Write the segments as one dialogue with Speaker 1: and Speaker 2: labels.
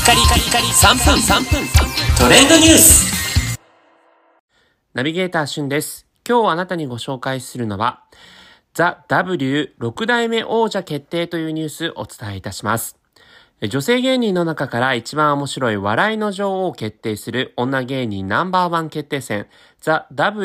Speaker 1: カリカリカリ3分トレンドニュース。
Speaker 2: ナビゲーターしゅんです。今日あなたにご紹介するのはザ・ W6 代目王者決定というニュースをお伝えいたします。女性芸人の中から一番面白い笑いの女王を決定する女芸人ナンバーワン決定戦ザ・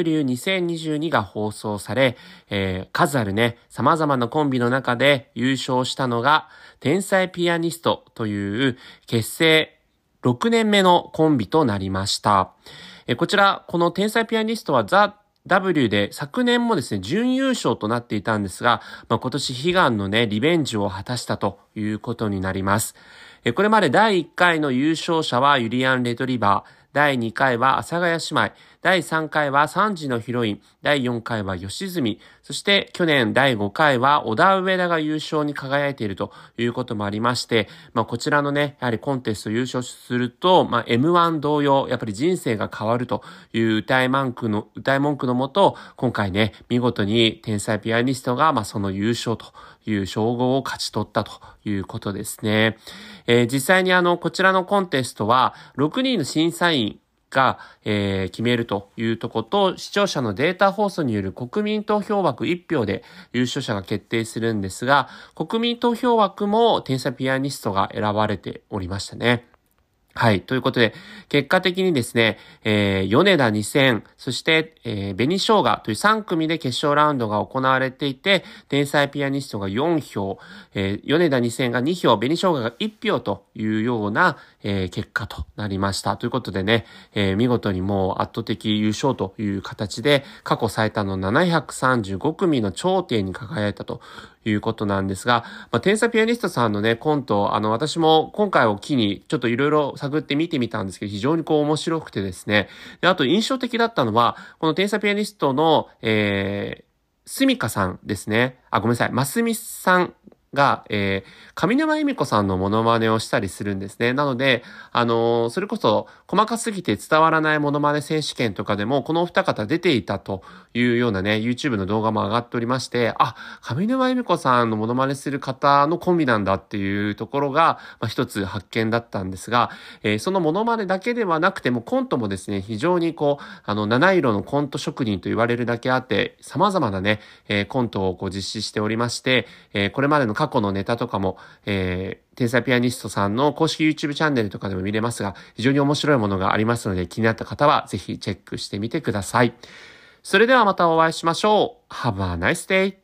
Speaker 2: W2022 が放送され、数あるね、様々なコンビの中で優勝したのが天才ピアニストという結成6年目のコンビとなりました。こちら、この天才ピアニストはザ・ W で昨年もですね、準優勝となっていたんですが、今年悲願のね、リベンジを果たしたということになります。これまで第1回の優勝者はユリアン・レトリバー、第2回は阿佐ヶ谷姉妹、第3回は3時のヒロイン、第4回は吉住、そして去年第5回は小田上田が優勝に輝いているということもありまして、こちらのね、やはりコンテスト優勝すると、M1 同様、やっぱり人生が変わるという歌い文句のもと、今回ね、見事に天才ピアニストが、その優勝という称号を勝ち取ったということですね。実際にこちらのコンテストは、6人の審査員が、決めるというとこと視聴者のデータ放送による国民投票枠1票で優勝者が決定するんですが、国民投票枠も天才ピアニストが選ばれておりましたね。はい。ということで、結果的にですね、米田2000、そして、紅生姜という3組で決勝ラウンドが行われていて、天才ピアニストが4票、米田2000が2票、紅生姜が1票というような、結果となりました。ということでね、見事にもう圧倒的優勝という形で、過去最多の735組の頂点に輝いたということなんですが、天才ピアニストさんのね、コント、私も今回を機にちょっといろいろ探って見てみたんですけど、非常に面白くてですね。で、あと印象的だったのは、この天才ピアニストの、すみかさんですね。ごめんなさい。ますみさんが、上沼恵美子さんのモノマネをしたりするんですね。なので、それこそ細かすぎて伝わらないモノマネ選手権とかでも、このお二方出ていたというようなね、YouTube の動画も上がっておりまして、上沼恵美子さんのモノマネする方のコンビなんだっていうところが、一つ発見だったんですが、そのモノマネだけではなくても、コントもですね、非常に七色のコント職人と言われるだけあって、様々なね、コントを実施しておりまして、これまでの過去のネタとかも、天才ピアニストさんの公式 YouTube チャンネルとかでも見れますが、非常に面白いものがありますので、気になった方はぜひチェックしてみてください。それではまたお会いしましょう。Have a nice day!